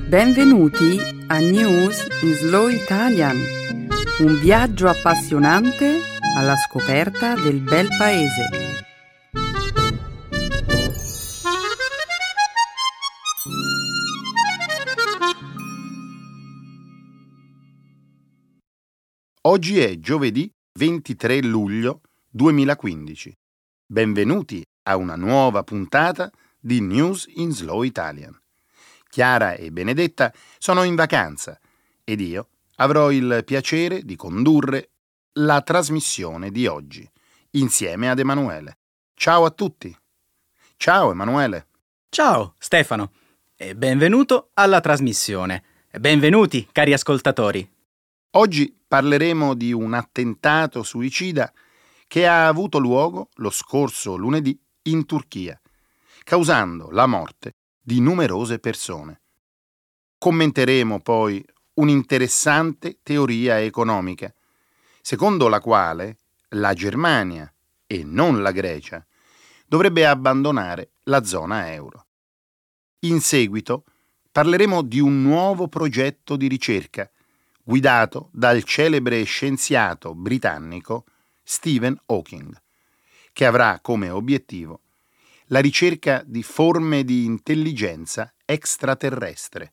Benvenuti a News in Slow Italian, un viaggio appassionante alla scoperta del bel paese. Oggi è giovedì 23 luglio 2015. Benvenuti a una nuova puntata di News in Slow Italian. Chiara e Benedetta sono in vacanza ed io avrò il piacere di condurre la trasmissione di oggi insieme ad Emanuele. Ciao a tutti! Ciao Emanuele! Ciao Stefano e benvenuto alla trasmissione. Benvenuti cari ascoltatori. Oggi parleremo di un attentato suicida che ha avuto luogo lo scorso lunedì in Turchia, causando la morte di numerose persone. Commenteremo poi un'interessante teoria economica, secondo la quale la Germania, e non la Grecia, dovrebbe abbandonare la zona euro. In seguito parleremo di un nuovo progetto di ricerca guidato dal celebre scienziato britannico Stephen Hawking, che avrà come obiettivo la ricerca di forme di intelligenza extraterrestre.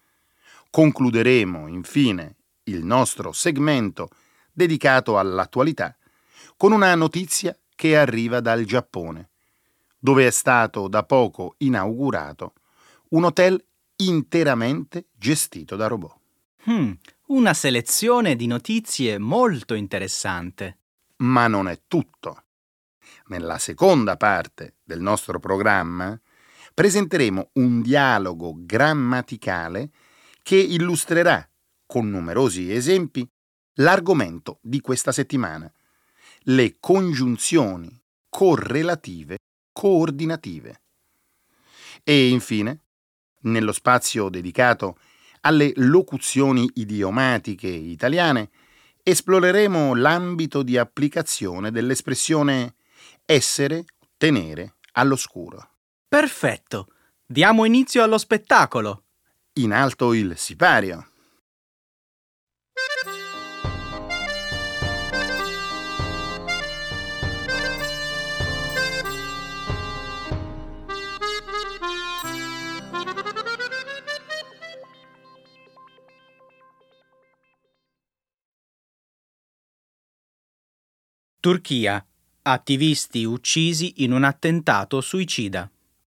Concluderemo, infine, il nostro segmento dedicato all'attualità con una notizia che arriva dal Giappone, dove è stato da poco inaugurato un hotel interamente gestito da robot. Una selezione di notizie molto interessante. Ma non è tutto. Nella seconda parte del nostro programma presenteremo un dialogo grammaticale che illustrerà, con numerosi esempi, l'argomento di questa settimana: le congiunzioni correlative coordinative. E infine, nello spazio dedicato alle locuzioni idiomatiche italiane, esploreremo l'ambito di applicazione dell'espressione essere, tenere all'oscuro. Perfetto! Diamo inizio allo spettacolo. In alto il sipario. Turchia. Attivisti uccisi in un attentato suicida.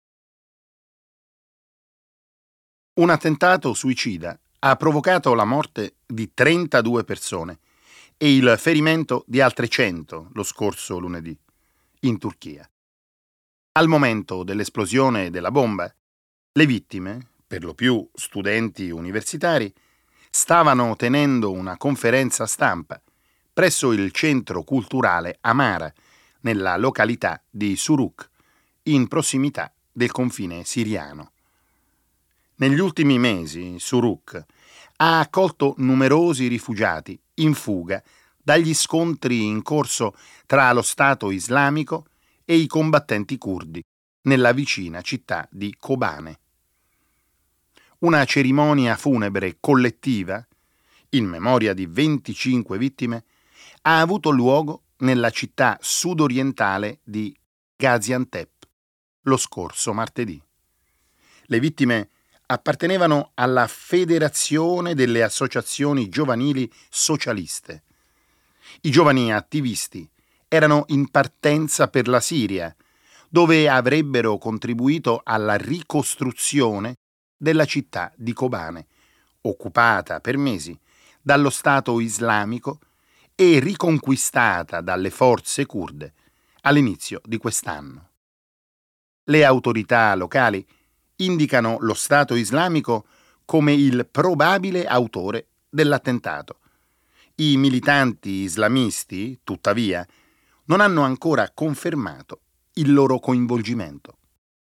Un attentato suicida ha provocato la morte di 32 persone e il ferimento di altre 100 lo scorso lunedì, in Turchia. Al momento dell'esplosione della bomba, le vittime, per lo più studenti universitari, stavano tenendo una conferenza stampa presso il centro culturale Amara, nella località di Suruk, in prossimità del confine siriano. Negli ultimi mesi Suruk ha accolto numerosi rifugiati in fuga dagli scontri in corso tra lo Stato islamico e i combattenti curdi nella vicina città di Kobane. Una cerimonia funebre collettiva, in memoria di 25 vittime, ha avuto luogo nella città sudorientale di Gaziantep lo scorso martedì. Le vittime appartenevano alla Federazione delle Associazioni Giovanili Socialiste. I giovani attivisti erano in partenza per la Siria, dove avrebbero contribuito alla ricostruzione della città di Kobane, occupata per mesi dallo Stato islamico e riconquistata dalle forze curde all'inizio di quest'anno. Le autorità locali indicano lo Stato islamico come il probabile autore dell'attentato. I militanti islamisti, tuttavia, non hanno ancora confermato il loro coinvolgimento.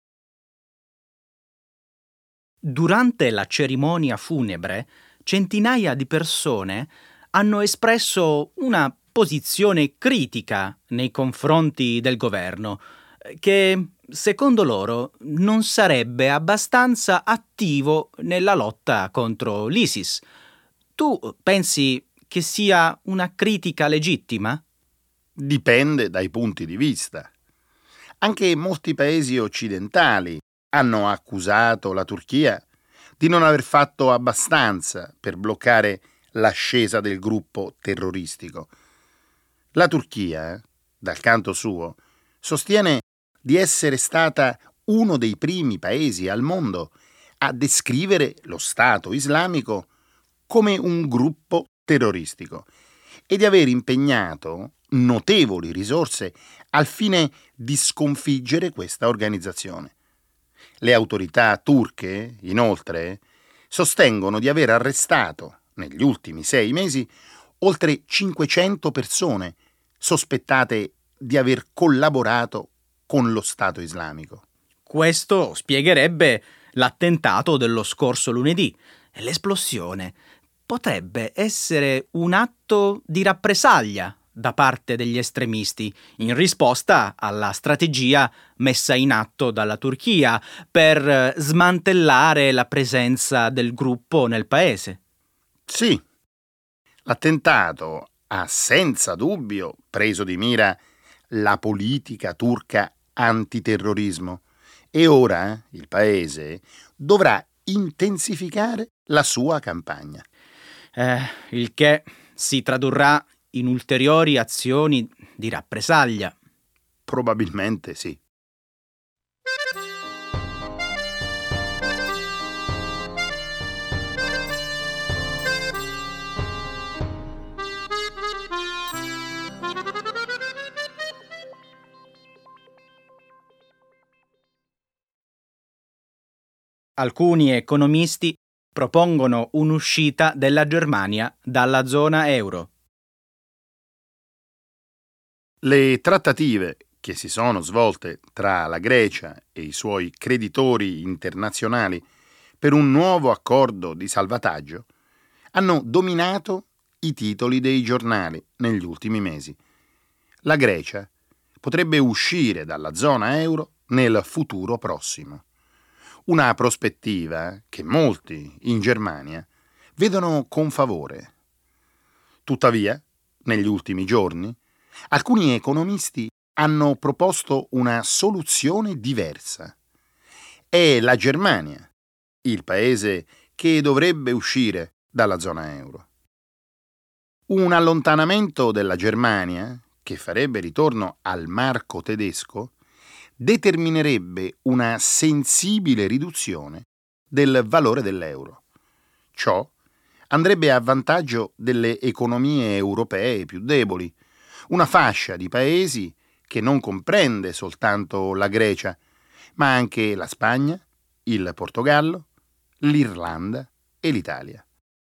Durante la cerimonia funebre, centinaia di persone hanno espresso una posizione critica nei confronti del governo, che secondo loro, non sarebbe abbastanza attivo nella lotta contro l'ISIS. Tu pensi che sia una critica legittima? Dipende dai punti di vista. Anche molti paesi occidentali hanno accusato la Turchia di non aver fatto abbastanza per bloccare l'ascesa del gruppo terroristico. La Turchia, dal canto suo, sostiene di essere stata uno dei primi paesi al mondo a descrivere lo Stato islamico come un gruppo terroristico e di aver impegnato notevoli risorse al fine di sconfiggere questa organizzazione. Le autorità turche, inoltre, sostengono di aver arrestato negli ultimi 6 mesi oltre 500 persone sospettate di aver collaborato con lo Stato islamico. Questo spiegherebbe l'attentato dello scorso lunedì. L'esplosione potrebbe essere un atto di rappresaglia da parte degli estremisti in risposta alla strategia messa in atto dalla Turchia per smantellare la presenza del gruppo nel paese. Sì, l'attentato ha senza dubbio preso di mira la politica turca antiterrorismo e ora il paese dovrà intensificare la sua campagna. Il che si tradurrà in ulteriori azioni di rappresaglia. Probabilmente sì. Alcuni economisti propongono un'uscita della Germania dalla zona euro. Le trattative che si sono svolte tra la Grecia e i suoi creditori internazionali per un nuovo accordo di salvataggio hanno dominato i titoli dei giornali negli ultimi mesi. La Grecia potrebbe uscire dalla zona euro nel futuro prossimo. Una prospettiva che molti in Germania vedono con favore. Tuttavia, negli ultimi giorni, alcuni economisti hanno proposto una soluzione diversa. È la Germania, il paese che dovrebbe uscire dalla zona euro. Un allontanamento della Germania, che farebbe ritorno al marco tedesco, determinerebbe una sensibile riduzione del valore dell'euro. Ciò andrebbe a vantaggio delle economie europee più deboli, una fascia di paesi che non comprende soltanto la Grecia, ma anche la Spagna, il Portogallo, l'Irlanda e l'Italia.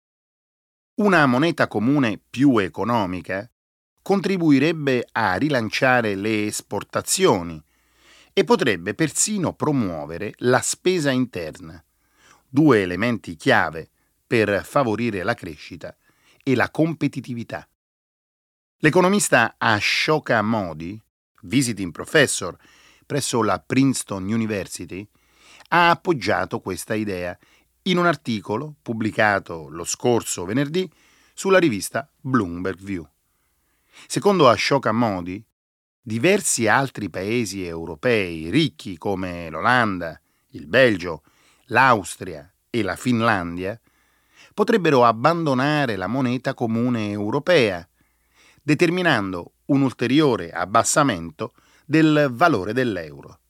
Una moneta comune più economica contribuirebbe a rilanciare le esportazioni e potrebbe persino promuovere la spesa interna, 2 elementi chiave per favorire la crescita e la competitività. L'economista Ashoka Modi, visiting professor presso la Princeton University, ha appoggiato questa idea in un articolo pubblicato lo scorso venerdì sulla rivista Bloomberg View. Secondo Ashoka Modi, diversi altri paesi europei ricchi come l'Olanda, il Belgio, l'Austria e la Finlandia potrebbero abbandonare la moneta comune europea, determinando un ulteriore abbassamento del valore dell'euro.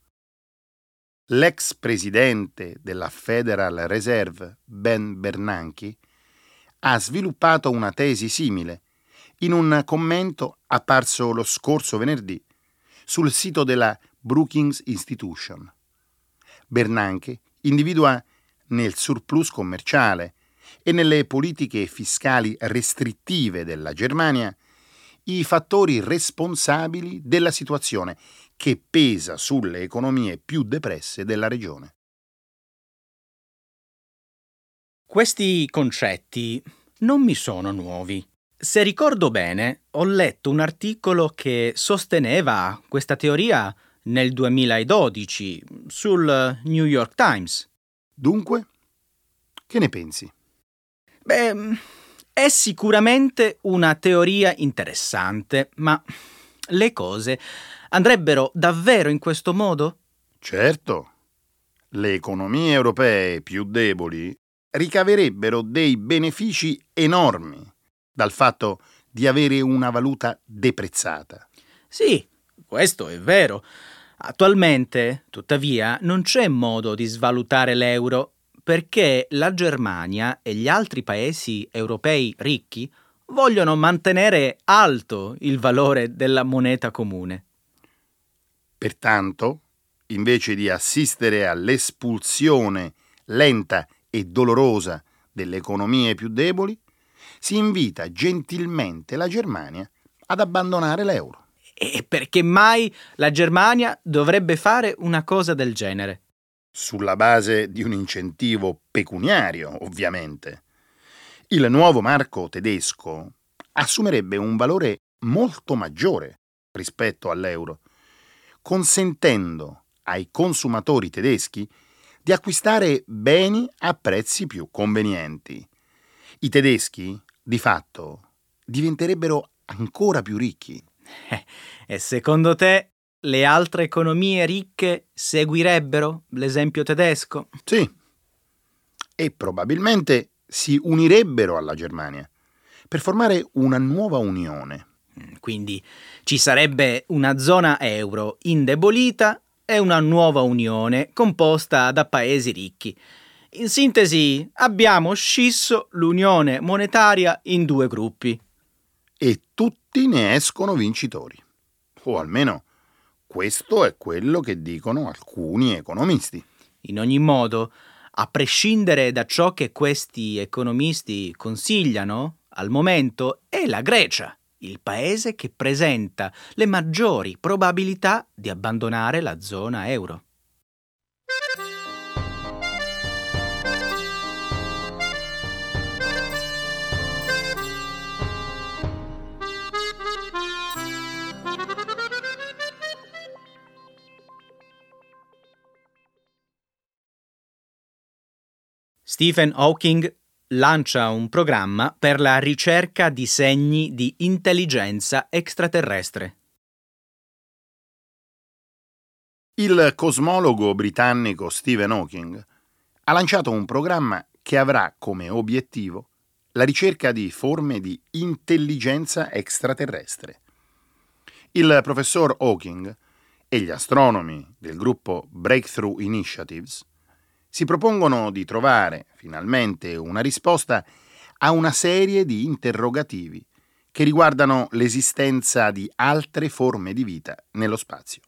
L'ex presidente della Federal Reserve, Ben Bernanke, ha sviluppato una tesi simile in un commento apparso lo scorso venerdì sul sito della Brookings Institution. Bernanke individua nel surplus commerciale e nelle politiche fiscali restrittive della Germania i fattori responsabili della situazione che pesa sulle economie più depresse della regione. Questi concetti non mi sono nuovi. Se ricordo bene, ho letto un articolo che sosteneva questa teoria nel 2012 sul New York Times. Dunque, che ne pensi? Beh, è sicuramente una teoria interessante, ma le cose andrebbero davvero in questo modo? Certo, le economie europee più deboli ricaverebbero dei benefici enormi dal fatto di avere una valuta deprezzata. Sì, questo è vero. Attualmente, tuttavia, non c'è modo di svalutare l'euro perché la Germania e gli altri paesi europei ricchi vogliono mantenere alto il valore della moneta comune. Pertanto, invece di assistere all'espulsione lenta e dolorosa delle economie più deboli, si invita gentilmente la Germania ad abbandonare l'euro. E perché mai la Germania dovrebbe fare una cosa del genere? Sulla base di un incentivo pecuniario, ovviamente. Il nuovo marco tedesco assumerebbe un valore molto maggiore rispetto all'euro, consentendo ai consumatori tedeschi di acquistare beni a prezzi più convenienti. I tedeschi, di fatto, diventerebbero ancora più ricchi. E secondo te le altre economie ricche seguirebbero l'esempio tedesco? Sì, e probabilmente si unirebbero alla Germania per formare una nuova unione. Quindi ci sarebbe una zona euro indebolita e una nuova unione composta da paesi ricchi. In sintesi, abbiamo scisso l'unione monetaria in due gruppi. E tutti ne escono vincitori. O almeno questo è quello che dicono alcuni economisti. In ogni modo, a prescindere da ciò che questi economisti consigliano, al momento è la Grecia il paese che presenta le maggiori probabilità di abbandonare la zona euro. Stephen Hawking lancia un programma per la ricerca di segni di intelligenza extraterrestre. Il cosmologo britannico Stephen Hawking ha lanciato un programma che avrà come obiettivo la ricerca di forme di intelligenza extraterrestre. Il professor Hawking e gli astronomi del gruppo Breakthrough Initiatives si propongono di trovare finalmente una risposta a una serie di interrogativi che riguardano l'esistenza di altre forme di vita nello spazio.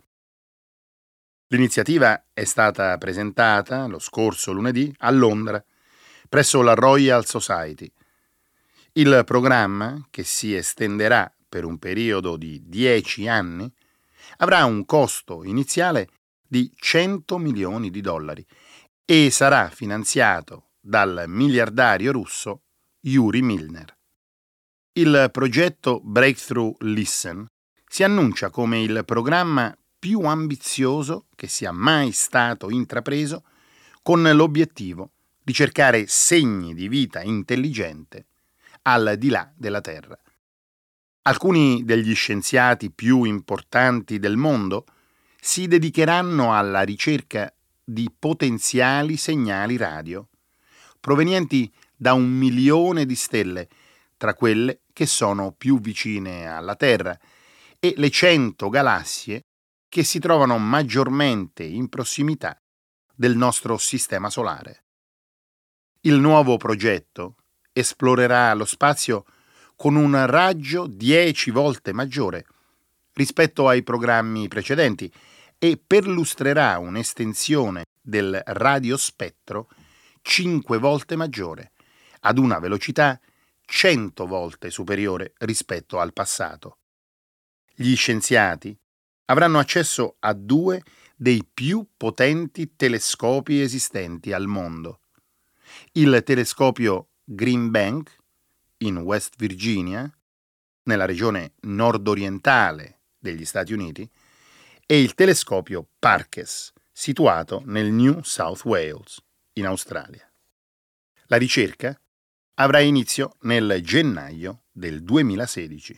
L'iniziativa è stata presentata lo scorso lunedì a Londra, presso la Royal Society. Il programma, che si estenderà per un periodo di 10 anni, avrà un costo iniziale di $100 milioni e sarà finanziato dal miliardario russo Yuri Milner. Il progetto Breakthrough Listen si annuncia come il programma più ambizioso che sia mai stato intrapreso con l'obiettivo di cercare segni di vita intelligente al di là della Terra. Alcuni degli scienziati più importanti del mondo si dedicheranno alla ricerca di potenziali segnali radio, provenienti da 1 milione di stelle, tra quelle che sono più vicine alla Terra, e le 100 galassie che si trovano maggiormente in prossimità del nostro sistema solare. Il nuovo progetto esplorerà lo spazio con un raggio 10 volte maggiore rispetto ai programmi precedenti e perlustrerà un'estensione del radiospettro 5 volte maggiore, ad una velocità 100 volte superiore rispetto al passato. Gli scienziati avranno accesso a 2 dei più potenti telescopi esistenti al mondo. Il telescopio Green Bank, in West Virginia, nella regione nord-orientale degli Stati Uniti, e il telescopio Parkes, situato nel New South Wales, in Australia. La ricerca avrà inizio nel gennaio del 2016.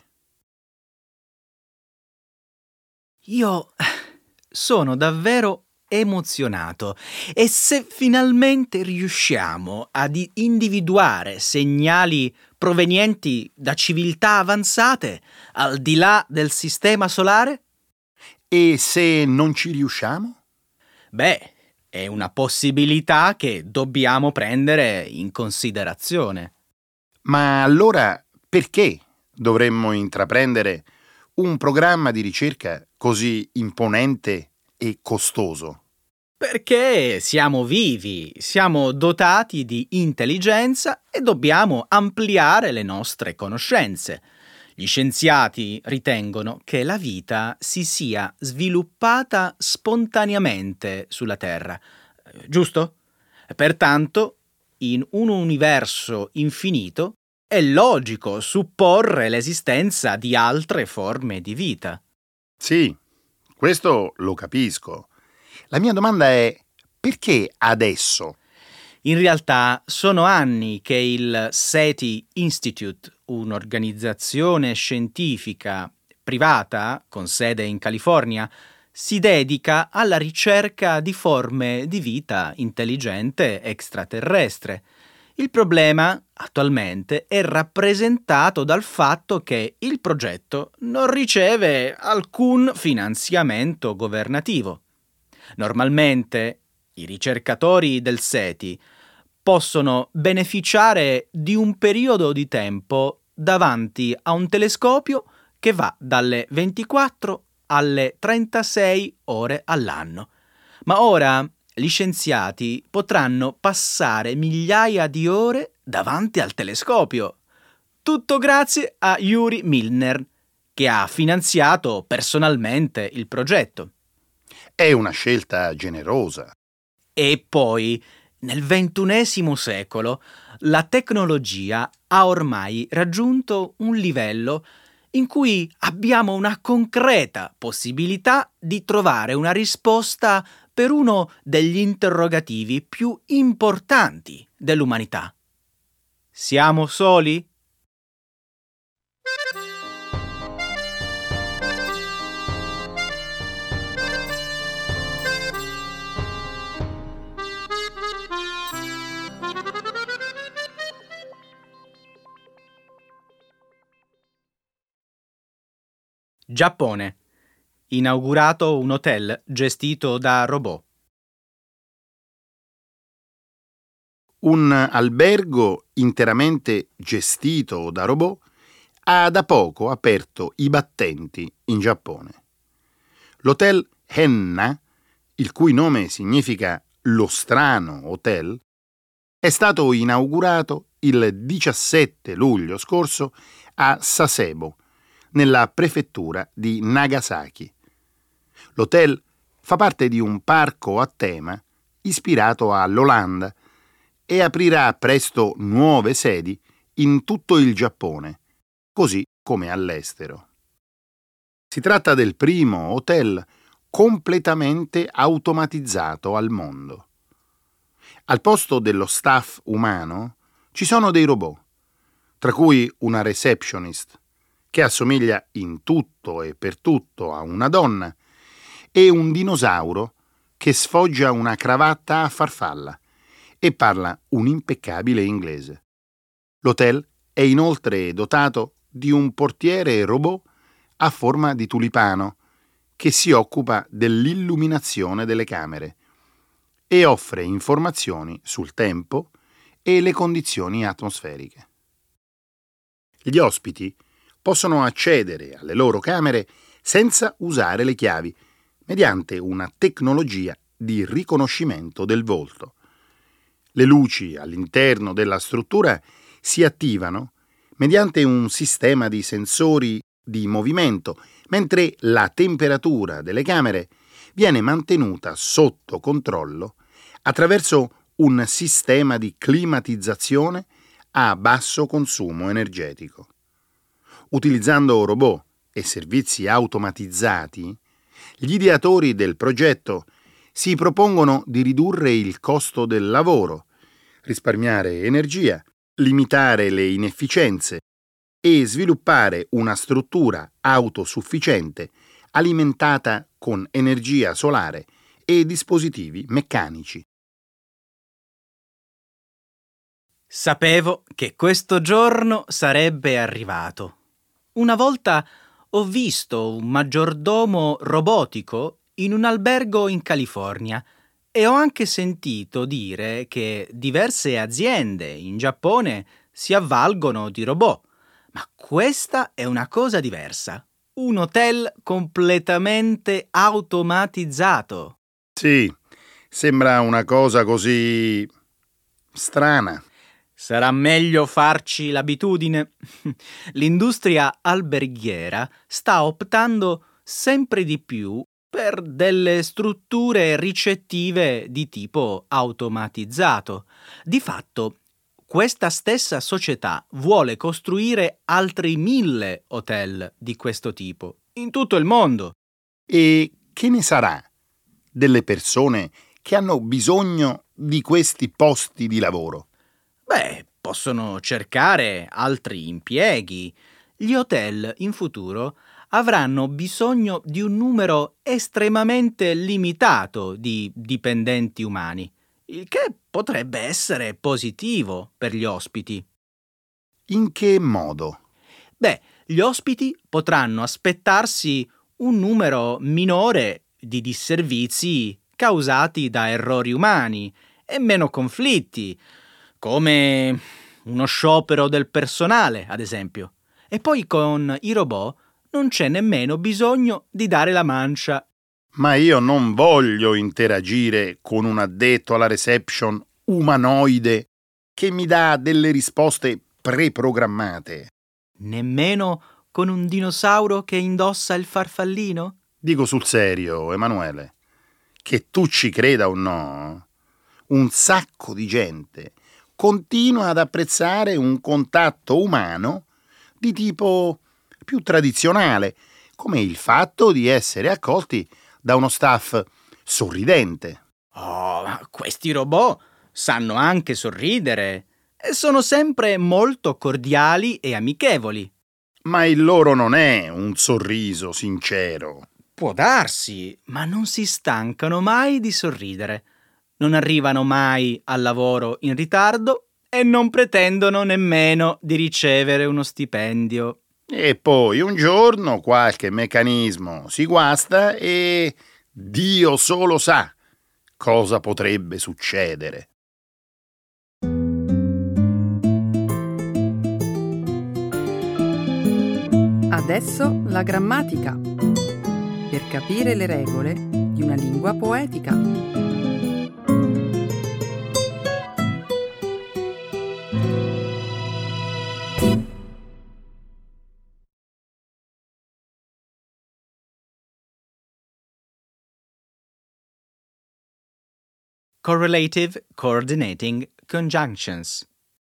Io sono davvero emozionato e se finalmente riusciamo ad individuare segnali provenienti da civiltà avanzate al di là del sistema solare? E se non ci riusciamo? Beh, è una possibilità che dobbiamo prendere in considerazione. Ma allora perché dovremmo intraprendere un programma di ricerca così imponente e costoso? Perché siamo vivi, siamo dotati di intelligenza e dobbiamo ampliare le nostre conoscenze. Gli scienziati ritengono che la vita si sia sviluppata spontaneamente sulla Terra, giusto? Pertanto, in un universo infinito, è logico supporre l'esistenza di altre forme di vita. Sì, questo lo capisco. La mia domanda è: perché adesso? In realtà sono anni che il SETI Institute, un'organizzazione scientifica privata con sede in California, si dedica alla ricerca di forme di vita intelligente extraterrestre. Il problema attualmente è rappresentato dal fatto che il progetto non riceve alcun finanziamento governativo. Normalmente i ricercatori del SETI possono beneficiare di un periodo di tempo davanti a un telescopio che va dalle 24 alle 36 ore all'anno. Ma ora gli scienziati potranno passare migliaia di ore davanti al telescopio. Tutto grazie a Yuri Milner, che ha finanziato personalmente il progetto. È una scelta generosa. E poi, nel XXI secolo, la tecnologia ha ormai raggiunto un livello in cui abbiamo una concreta possibilità di trovare una risposta per uno degli interrogativi più importanti dell'umanità. Siamo soli? Giappone. Inaugurato un hotel gestito da robot. Un albergo interamente gestito da robot ha da poco aperto i battenti in Giappone. L'hotel Henna, il cui nome significa lo strano hotel, è stato inaugurato il 17 luglio scorso a Sasebo, nella prefettura di Nagasaki. L'hotel fa parte di un parco a tema ispirato all'Olanda e aprirà presto nuove sedi in tutto il Giappone, così come all'estero. Si tratta del primo hotel completamente automatizzato al mondo. Al posto dello staff umano ci sono dei robot, tra cui una receptionist, che assomiglia in tutto e per tutto a una donna, e un dinosauro che sfoggia una cravatta a farfalla e parla un impeccabile inglese. L'hotel è inoltre dotato di un portiere robot a forma di tulipano che si occupa dell'illuminazione delle camere e offre informazioni sul tempo e le condizioni atmosferiche. Gli ospiti possono accedere alle loro camere senza usare le chiavi, mediante una tecnologia di riconoscimento del volto. Le luci all'interno della struttura si attivano mediante un sistema di sensori di movimento, mentre la temperatura delle camere viene mantenuta sotto controllo attraverso un sistema di climatizzazione a basso consumo energetico. Utilizzando robot e servizi automatizzati, Gli ideatori del progetto si propongono di ridurre il costo del lavoro, risparmiare energia, limitare le inefficienze e sviluppare una struttura autosufficiente alimentata con energia solare e dispositivi meccanici. Sapevo che questo giorno sarebbe arrivato. Una volta ho visto un maggiordomo robotico in un albergo in California e ho anche sentito dire che diverse aziende in Giappone si avvalgono di robot. Ma questa è una cosa diversa. Un hotel completamente automatizzato. Sì, sembra una cosa così strana. Sarà meglio farci l'abitudine. L'industria alberghiera sta optando sempre di più per delle strutture ricettive di tipo automatizzato. Di fatto, questa stessa società vuole costruire altri 1000 hotel di questo tipo in tutto il mondo. E che ne sarà delle persone che hanno bisogno di questi posti di lavoro? Beh, possono cercare altri impieghi. Gli hotel in futuro avranno bisogno di un numero estremamente limitato di dipendenti umani, il che potrebbe essere positivo per gli ospiti. In che modo? Beh, gli ospiti potranno aspettarsi un numero minore di disservizi causati da errori umani e meno conflitti, come uno sciopero del personale, ad esempio. E poi con i robot non c'è nemmeno bisogno di dare la mancia. Ma io non voglio interagire con un addetto alla reception umanoide che mi dà delle risposte preprogrammate. Nemmeno con un dinosauro che indossa il farfallino? Dico sul serio, Emanuele, che tu ci creda o no, un sacco di gente continua ad apprezzare un contatto umano di tipo più tradizionale, come il fatto di essere accolti da uno staff sorridente. Oh, ma questi robot sanno anche sorridere e sono sempre molto cordiali e amichevoli. Ma il loro non è un sorriso sincero. Può darsi, ma non si stancano mai di sorridere. Non arrivano mai al lavoro in ritardo e non pretendono nemmeno di ricevere uno stipendio. E poi un giorno qualche meccanismo si guasta e Dio solo sa cosa potrebbe succedere. Adesso la grammatica, per capire le regole di una lingua poetica. Correlative Coordinating Conjunctions.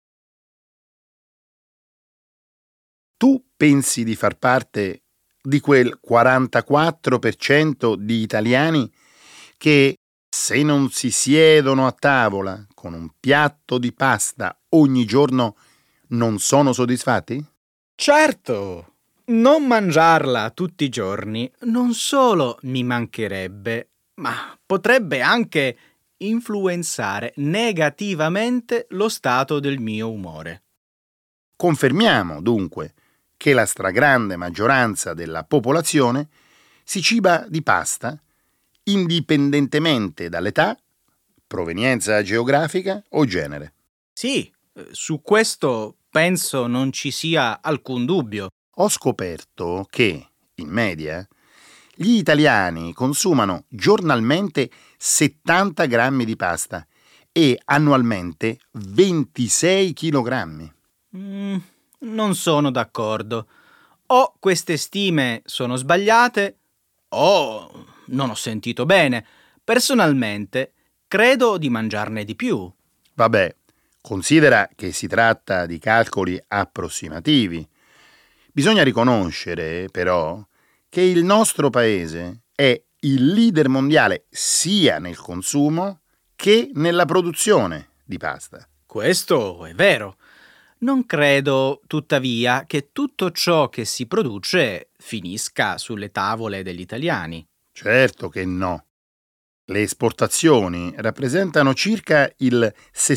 Tu pensi di far parte di quel 44% di italiani che, se non si siedono a tavola con un piatto di pasta ogni giorno, non sono soddisfatti? Certo! Non mangiarla tutti i giorni non solo mi mancherebbe, ma potrebbe anche influenzare negativamente lo stato del mio umore. Confermiamo, dunque, che la stragrande maggioranza della popolazione si ciba di pasta indipendentemente dall'età, provenienza geografica o genere. Sì, su questo penso non ci sia alcun dubbio. Ho scoperto che, in media, gli italiani consumano giornalmente 70 grammi di pasta e annualmente 26 chilogrammi. Non sono d'accordo. O queste stime sono sbagliate, o non ho sentito bene. Personalmente, credo di mangiarne di più. Vabbè, considera che si tratta di calcoli approssimativi. Bisogna riconoscere, però, che il nostro paese è il leader mondiale sia nel consumo che nella produzione di pasta. Questo è vero. Non credo, tuttavia, che tutto ciò che si produce finisca sulle tavole degli italiani. Certo che no. Le esportazioni rappresentano circa il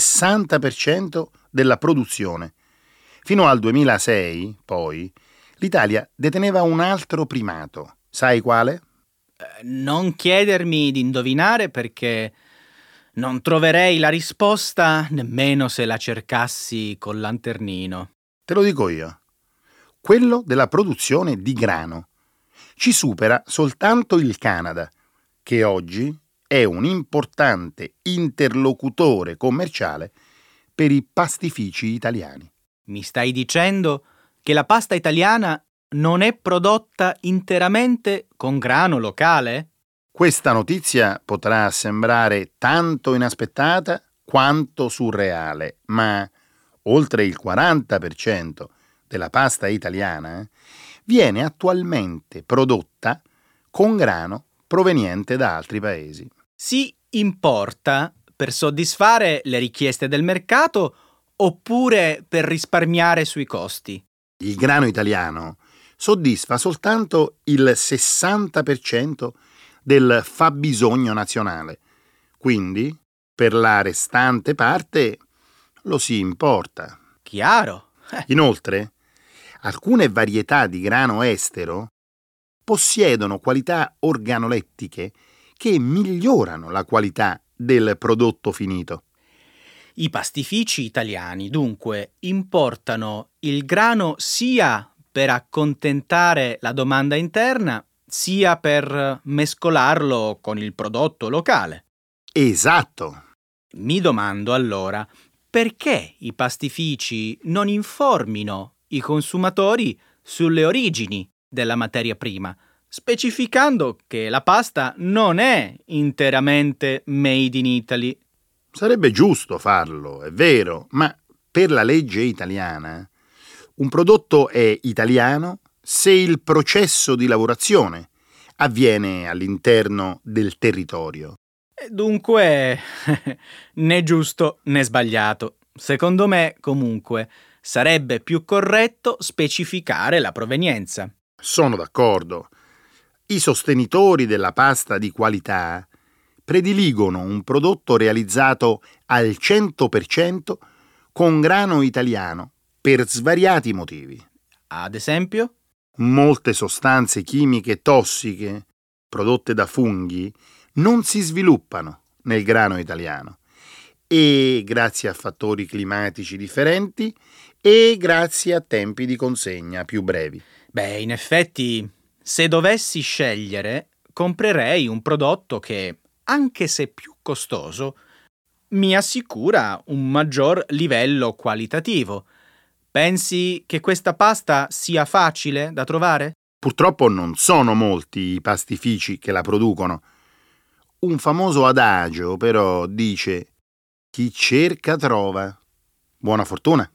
60% della produzione. Fino al 2006, poi, l'Italia deteneva un altro primato. Sai quale? Non chiedermi di indovinare perché non troverei la risposta nemmeno se la cercassi col lanternino. Te lo dico io. Quello della produzione di grano. Ci supera soltanto il Canada, che oggi è un importante interlocutore commerciale per i pastifici italiani. Mi stai dicendo che la pasta italiana non è prodotta interamente con grano locale? Questa notizia potrà sembrare tanto inaspettata quanto surreale, ma oltre il 40% della pasta italiana viene attualmente prodotta con grano proveniente da altri paesi. Si importa per soddisfare le richieste del mercato oppure per risparmiare sui costi? Il grano italiano soddisfa soltanto il 60% del fabbisogno nazionale, quindi per la restante parte lo si importa. Chiaro. Inoltre, alcune varietà di grano estero possiedono qualità organolettiche che migliorano la qualità del prodotto finito. I pastifici italiani, dunque, importano il grano sia per accontentare la domanda interna, sia per mescolarlo con il prodotto locale. Esatto. Mi domando allora, perché i pastifici non informino i consumatori sulle origini della materia prima, specificando che la pasta non è interamente made in Italy? Sarebbe giusto farlo, è vero, ma per la legge italiana un prodotto è italiano se il processo di lavorazione avviene all'interno del territorio. Dunque, né giusto né sbagliato. Secondo me, comunque, sarebbe più corretto specificare la provenienza. Sono d'accordo. I sostenitori della pasta di qualità prediligono un prodotto realizzato al 100% con grano italiano per svariati motivi. Ad esempio? Molte sostanze chimiche tossiche prodotte da funghi non si sviluppano nel grano italiano e grazie a fattori climatici differenti e grazie a tempi di consegna più brevi. Beh, in effetti, se dovessi scegliere, comprerei un prodotto che, anche se più costoso, mi assicura un maggior livello qualitativo. Pensi che questa pasta sia facile da trovare? Purtroppo non sono molti i pastifici che la producono. Un famoso adagio, però, dice: chi cerca trova. Buona fortuna!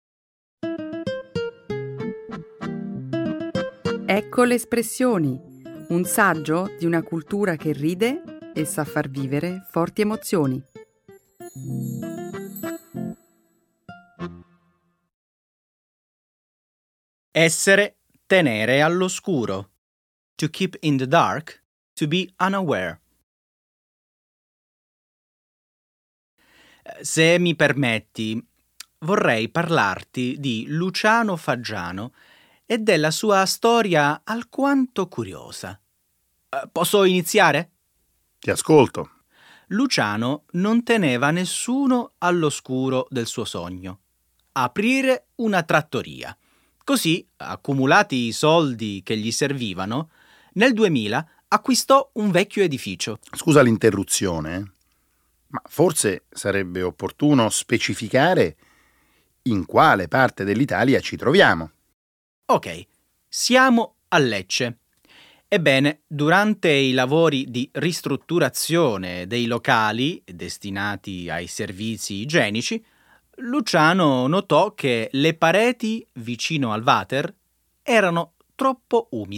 Ecco le espressioni, un saggio di una cultura che ride e sa far vivere forti emozioni. Essere, tenere all'oscuro. To keep in the dark, to be unaware. Se mi permetti, vorrei parlarti di Luciano Faggiano e della sua storia alquanto curiosa. Posso iniziare? Ti ascolto. Luciano non teneva nessuno all'oscuro del suo sogno: aprire una trattoria. Così, accumulati i soldi che gli servivano, nel 2000 acquistò un vecchio edificio. Scusa l'interruzione, ma forse sarebbe opportuno specificare in quale parte dell'Italia ci troviamo. Ok, siamo a Lecce. Ebbene, durante i lavori di ristrutturazione dei locali destinati ai servizi igienici, Luciano notò che le pareti vicino al water erano troppo umide.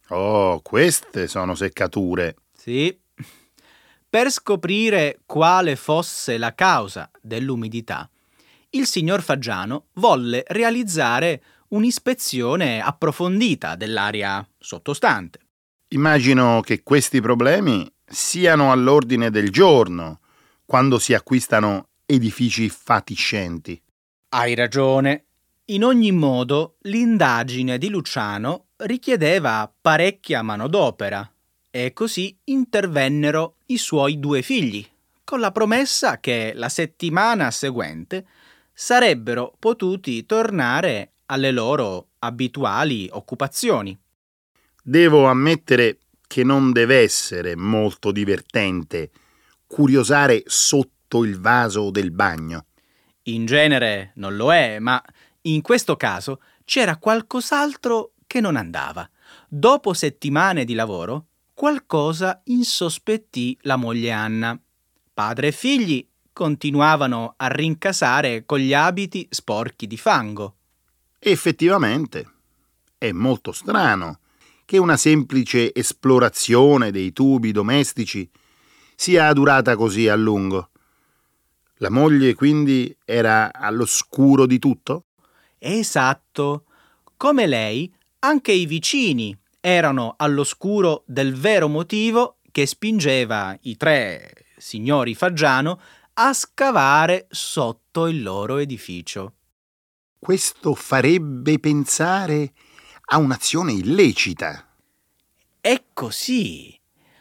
Oh, queste sono seccature. Sì. Per scoprire quale fosse la causa dell'umidità, il signor Faggiano volle realizzare un'ispezione approfondita dell'area sottostante. Immagino che questi problemi siano all'ordine del giorno quando si acquistano edifici fatiscenti. Hai ragione. In ogni modo, l'indagine di Luciano richiedeva parecchia manodopera e così intervennero i suoi 2 figli, con la promessa che la settimana seguente sarebbero potuti tornare alle loro abituali occupazioni. Devo ammettere che non deve essere molto divertente curiosare sotto il vaso del bagno. In genere non lo è, ma in questo caso c'era qualcos'altro che non andava. Dopo settimane di lavoro, qualcosa insospettì la moglie Anna. Padre e figli continuavano a rincasare con gli abiti sporchi di fango. Effettivamente, è molto strano che una semplice esplorazione dei tubi domestici sia durata così a lungo. La moglie quindi era all'oscuro di tutto? Esatto. Come lei, anche i vicini erano all'oscuro del vero motivo che spingeva i 3 signori Faggiano a scavare sotto il loro edificio. Questo farebbe pensare a un'azione illecita. È così.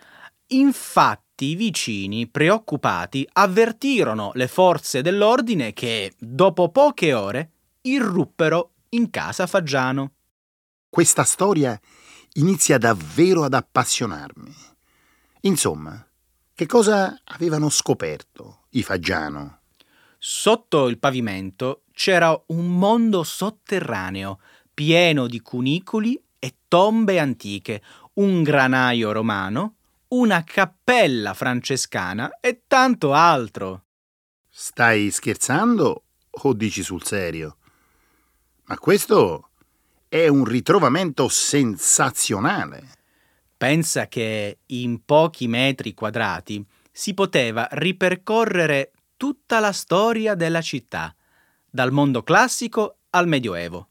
Infatti i vicini, preoccupati, avvertirono le forze dell'ordine che, dopo poche ore, irruppero in casa Faggiano. Questa storia inizia davvero ad appassionarmi. Insomma, che cosa avevano scoperto i Faggiano? Sotto il pavimento c'era un mondo sotterraneo, pieno di cunicoli e tombe antiche, un granaio romano, una cappella francescana e tanto altro. Stai scherzando o dici sul serio? Ma questo è un ritrovamento sensazionale. Pensa che in pochi metri quadrati si poteva ripercorrere tutta la storia della città, dal mondo classico al Medioevo.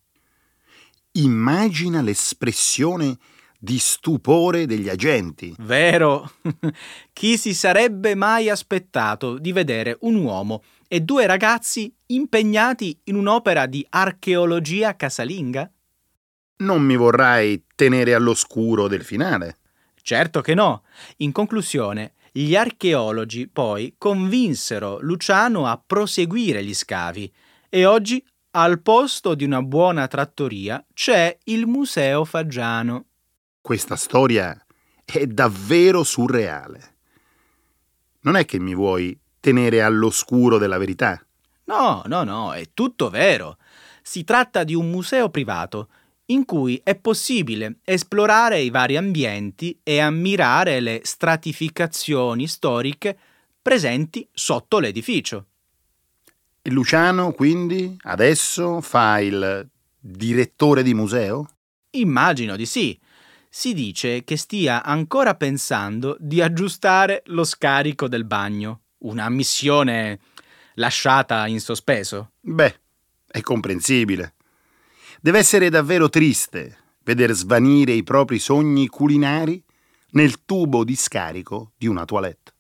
Immagina l'espressione di stupore degli agenti. Vero? Chi si sarebbe mai aspettato di vedere un uomo e 2 ragazzi impegnati in un'opera di archeologia casalinga? Non mi vorrai tenere all'oscuro del finale? Certo che no. In conclusione, gli archeologi poi convinsero Luciano a proseguire gli scavi e oggi, al posto di una buona trattoria, c'è il Museo Faggiano. Questa storia è davvero surreale. Non è che mi vuoi tenere all'oscuro della verità? No, è tutto vero. Si tratta di un museo privato in cui è possibile esplorare i vari ambienti e ammirare le stratificazioni storiche presenti sotto l'edificio. E Luciano, quindi, adesso fa il direttore di museo? Immagino di sì. Si dice che stia ancora pensando di aggiustare lo scarico del bagno, una missione lasciata in sospeso. Beh, è comprensibile. Deve essere davvero triste veder svanire i propri sogni culinari nel tubo di scarico di una toilette.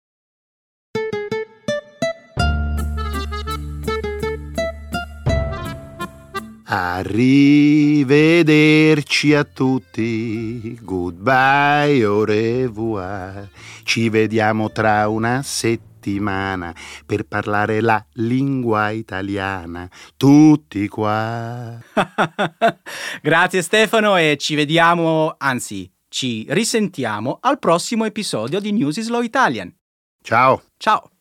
Arrivederci a tutti, goodbye, au revoir. Ci vediamo tra una settimana per parlare la lingua italiana, tutti qua. Grazie Stefano e ci vediamo, anzi, ci risentiamo al prossimo episodio di News is Slow Italian. Ciao. Ciao!